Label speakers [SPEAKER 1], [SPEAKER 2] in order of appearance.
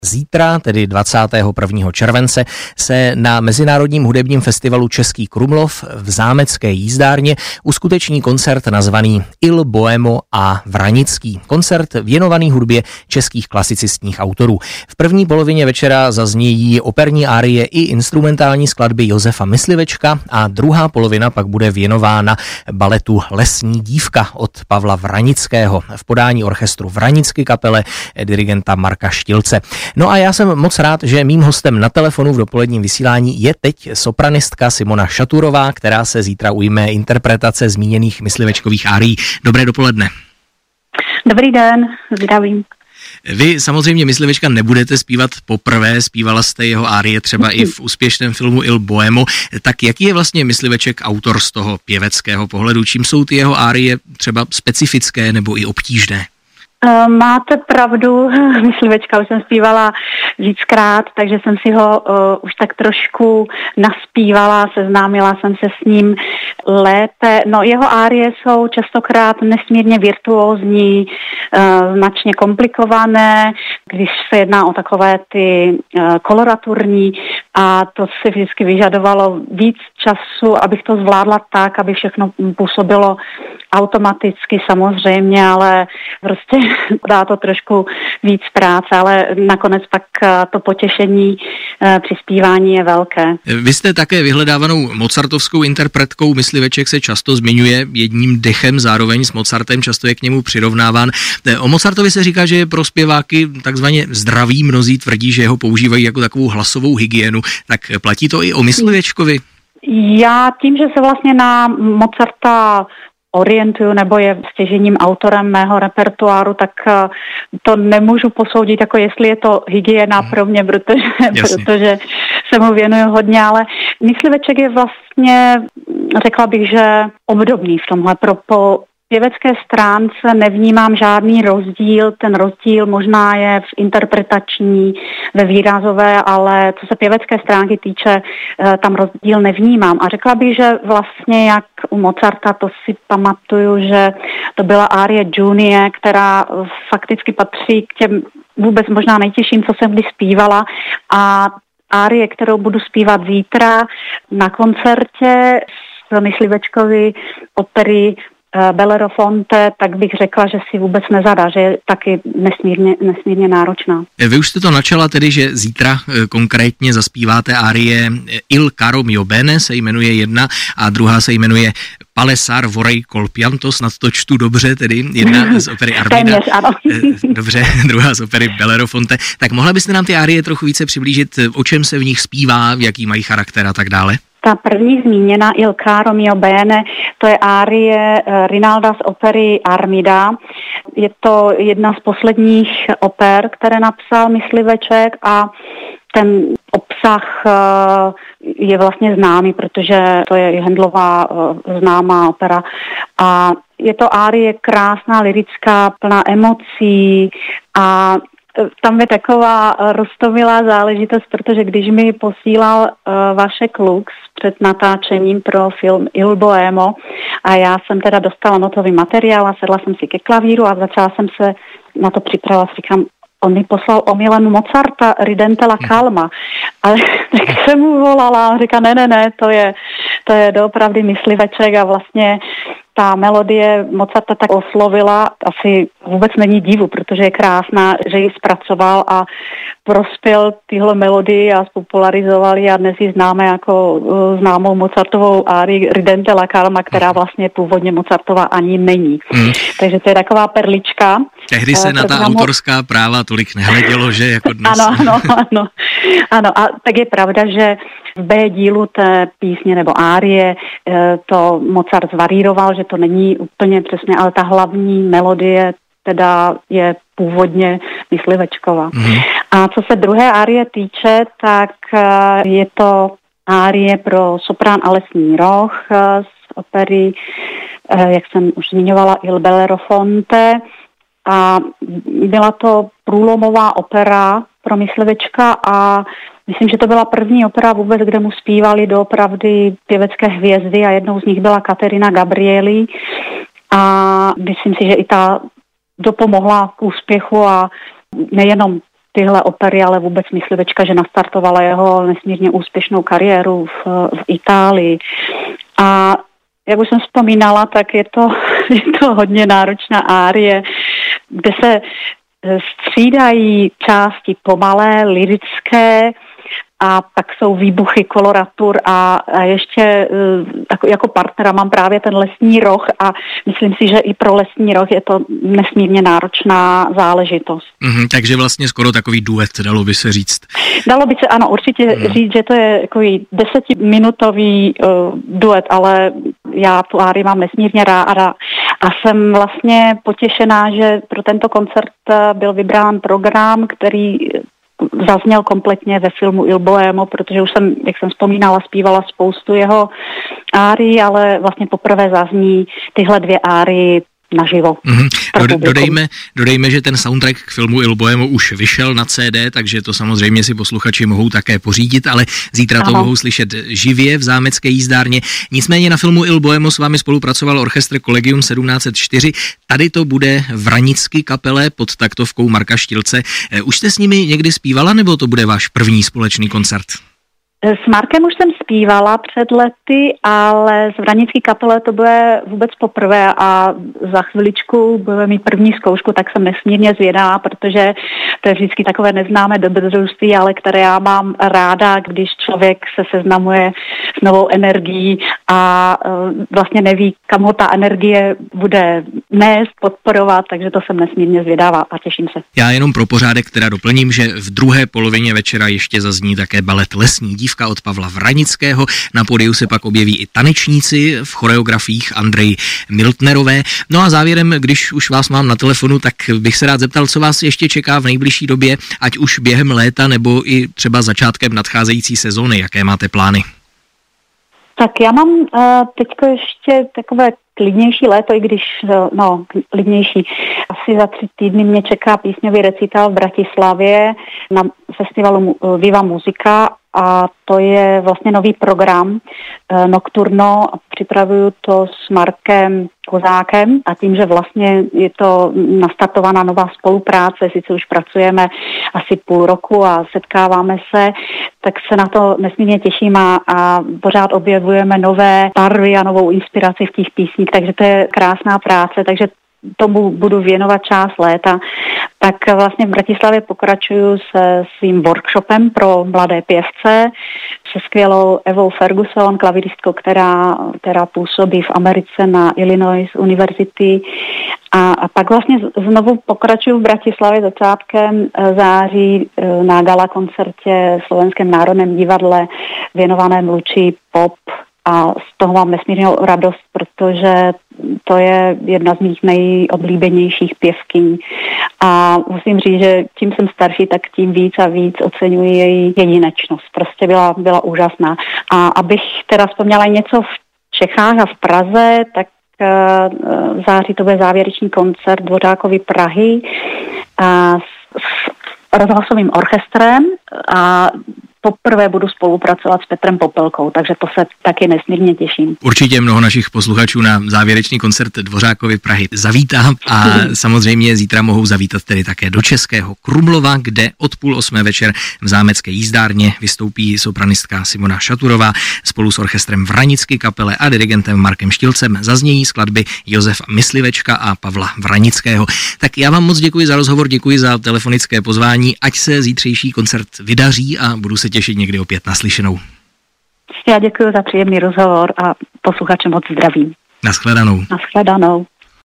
[SPEAKER 1] Zítra, tedy 21. července, se na Mezinárodním hudebním festivalu Český Krumlov v zámecké jízdárně uskuteční koncert nazvaný Il Boemo a Vranický. Koncert věnovaný hudbě českých klasicistních autorů. V první polovině večera zaznějí operní árie i instrumentální skladby Josefa Myslivečka a druhá polovina pak bude věnována baletu Lesní dívka od Pavla Vranického v podání orchestru Vranicky kapele dirigenta Marka Štilce. No a já jsem moc rád, že mým hostem na telefonu v dopoledním vysílání je teď sopranistka Simona Šaturová, která se zítra ujme interpretace zmíněných Myslivečkových árií. Dobré dopoledne.
[SPEAKER 2] Dobrý den, zdravím.
[SPEAKER 1] Vy samozřejmě Myslivečka nebudete zpívat poprvé, zpívala jste jeho árie třeba i v úspěšném filmu Il Boemo. Tak jaký je vlastně Mysliveček autor z toho pěveckého pohledu? Čím jsou ty jeho árie třeba specifické nebo i obtížné?
[SPEAKER 2] Máte pravdu, Myslivečka už jsem zpívala víckrát, takže jsem si ho už tak trošku naspívala, seznámila jsem se s ním lépe. No, jeho árie jsou častokrát nesmírně virtuózní, značně komplikované, když se jedná o takové ty koloraturní, a to si vždycky vyžadovalo víc času, abych to zvládla tak, aby všechno působilo automaticky samozřejmě, ale prostě dá to trošku víc práce, ale nakonec pak to potěšení při zpívání je velké.
[SPEAKER 1] Vy jste také vyhledávanou mozartovskou interpretkou. Mysliveček se často zmiňuje jedním dechem zároveň s Mozartem, často je k němu přirovnáván. O Mozartovi se říká, že je pro zpěváky takzvaně zdravý, mnozí tvrdí, že ho používají jako takovou hlasovou hygienu. Tak platí to i o Myslivečkovi?
[SPEAKER 2] Já tím, že se vlastně na Mozarta orientuju nebo je stěžejním autorem mého repertoáru, tak to nemůžu posoudit, jako jestli je to hygiena pro mě, protože se mu věnuju hodně, ale Mysliveček je vlastně, řekla bych, že obdobný v tomhle. Po pěvecké stránce nevnímám žádný rozdíl, ten rozdíl možná je v interpretační, ve výrazové, ale co se pěvecké stránky týče, tam rozdíl nevnímám. A řekla bych, že vlastně jak u Mozarta, to si pamatuju, že to byla árie Junie, která fakticky patří k těm vůbec možná nejtěžším, co jsem kdy zpívala, a árie, kterou budu zpívat zítra na koncertě z Myslivečkovy opery Bellerofonte, tak bych řekla, že si vůbec nezadá, že je taky nesmírně náročná.
[SPEAKER 1] Vy už jste to načala tedy, že zítra konkrétně zaspíváte árie Il caro mio bene, se jmenuje jedna, a druhá se jmenuje Palesar vorrei col pianto, snad to čtu dobře, tedy jedna z opery Armida. Dobře, druhá z opery Bellerofonte. Tak mohla byste nám ty árie trochu více přiblížit, o čem se v nich zpívá, jaký mají charakter a tak dále?
[SPEAKER 2] Ta první zmíněna Il caro mio bene, to je árie Rinalda z opery Armida. Je to jedna z posledních oper, které napsal Mysliveček, a ten obsah je vlastně známý, protože to je Handlová známá opera. A je to árie krásná, lyrická, plná emocí, a tam je taková roztomilá záležitost, protože když mi posílal Vašek Lux před natáčením pro film Il Boemo a já jsem teda dostala notový materiál a sedla jsem si ke klavíru a začala jsem se na to připravovat. Říkám, on mi poslal omylem Mozarta Ridente la Calma. Ale tak jsem mu volala a říká, ne, to je doopravdy Mysliveček, a vlastně ta melodie Mozarta tak oslovila, asi vůbec není divu, protože je krásná, že ji zpracoval a prospěl tyhle melodii a spopularizoval ji, a dnes ji známe jako známou Mozartovou árii Ridente la Calma, která vlastně původně Mozartova ani není. Takže to je taková perlička.
[SPEAKER 1] Tehdy se na ta autorská práva tolik nehledělo, že jako dnes.
[SPEAKER 2] Ano, a tak je pravda, že v B dílu té písně nebo árie to Mozart zvaríroval, že to není úplně přesně, ale ta hlavní melodie teda je původně Myslivečkova. A co se druhé árie týče, tak je to árie pro soprán a lesní roh z opery, jak jsem už zmiňovala, Il Bellerofonte, a byla to průlomová opera pro Myslivečka a myslím, že to byla první opera vůbec, kde mu zpívali doopravdy pěvecké hvězdy, a jednou z nich byla Caterina Gabrieli, a myslím si, že i ta dopomohla k úspěchu, a nejenom tyhle opery, ale vůbec Myslivečka, že nastartovala jeho nesmírně úspěšnou kariéru v Itálii. A jak už jsem vzpomínala, tak je to hodně náročná árie, kde se střídají části pomalé, lyrické, a pak jsou výbuchy koloratur a ještě jako partnera mám právě ten Lesní roh a myslím si, že i pro Lesní roh je to nesmírně náročná záležitost.
[SPEAKER 1] Takže vlastně skoro takový duet, dalo by se říct.
[SPEAKER 2] Dalo by se, ano, určitě říct, že to je takový 10minutový duet, ale já tu árii mám nesmírně ráda a jsem vlastně potěšená, že pro tento koncert byl vybrán program, který zazněl kompletně ve filmu Il Boemo, protože už jsem, jak jsem vzpomínala, zpívala spoustu jeho árií, ale vlastně poprvé zazní tyhle dvě árii naživo.
[SPEAKER 1] Dodejme, že ten soundtrack k filmu Il Boemo už vyšel na CD, takže to samozřejmě si posluchači mohou také pořídit, ale zítra to mohou slyšet živě v zámecké jízdárně. Nicméně na filmu Il Boemo s vámi spolupracoval orchestr Collegium 1704. Tady to bude Vranicky kapele pod taktovkou Marka Štilce. Už jste s nimi někdy zpívala, nebo to bude váš první společný koncert?
[SPEAKER 2] S Markem už jsem zpívala před lety, ale z Vranický kapele to bude vůbec poprvé a za chviličku budeme mít první zkoušku, tak jsem nesmírně zvědavá, protože to je vždycky takové neznámé dobrodružství, ale které já mám ráda, když člověk se seznamuje s novou energií a vlastně neví, kam ho ta energie bude nést, podporovat, takže to jsem nesmírně zvědavá a těším se.
[SPEAKER 1] Já jenom pro pořádek teda doplním, že v druhé polovině večera ještě zazní také balet Lesní dívka od Pavla Vranického. Na pódiu se pak objeví i tanečníci v choreografiích Andreji Miltnerové. No a závěrem, když už vás mám na telefonu, tak bych se rád zeptal, co vás ještě čeká v nejbližší době, ať už během léta nebo i třeba začátkem nadcházející sezóny. Jaké máte plány?
[SPEAKER 2] Tak já mám teďko ještě takové klidnější léto, i když, klidnější. Asi za 3 týdny mě čeká písňový recital v Bratislavě na festivalu Viva Muzika a to je vlastně nový program Nocturno a připravuju to s Markem Kozákem a tím, že vlastně je to nastartovaná nová spolupráce, sice už pracujeme asi půl roku a setkáváme se, tak se na to nesmírně těším a pořád objevujeme nové barvy a novou inspiraci v těch písních, takže to je krásná práce, takže tomu budu věnovat část léta. Tak vlastně v Bratislavě pokračuju se svým workshopem pro mladé pěvce se skvělou Evou Ferguson, klaviristkou, která působí v Americe na Illinois University. A pak vlastně znovu pokračuju v Bratislavě začátkem září na gala koncertě v Slovenském národním divadle věnovaném Luči pop. A z toho mám nesmírnou radost, protože to je jedna z mých nejoblíbenějších pěvkyň. A musím říct, že čím jsem starší, tak tím víc a víc oceňuji její jedinečnost. Prostě byla úžasná. A abych teda vzpomněla něco v Čechách a v Praze, tak v září to bude závěrečný koncert Dvořákovy Prahy s rozhlasovým orchestrem a poprvé budu spolupracovat s Petrem Popelkou, takže to se taky nesmírně těším.
[SPEAKER 1] Určitě mnoho našich posluchačů na závěrečný koncert Dvořákovy Prahy zavítá a samozřejmě zítra mohou zavítat tedy také do Českého Krumlova, kde od 7:30 večer v zámecké jízdárně vystoupí sopranistka Simona Šaturová spolu s orchestrem Vranicky kapele a dirigentem Markem Štilcem. Zaznějí skladby Josefa Myslivečka a Pavla Vranického. Tak já vám moc děkuji za rozhovor, děkuji za telefonické pozvání, ať se zítřejší koncert vydaří a budu se těšit někdy opět naslyšenou.
[SPEAKER 2] Já děkuji za příjemný rozhovor a posluchače moc zdravím.
[SPEAKER 1] Naschledanou.
[SPEAKER 2] Naschledanou.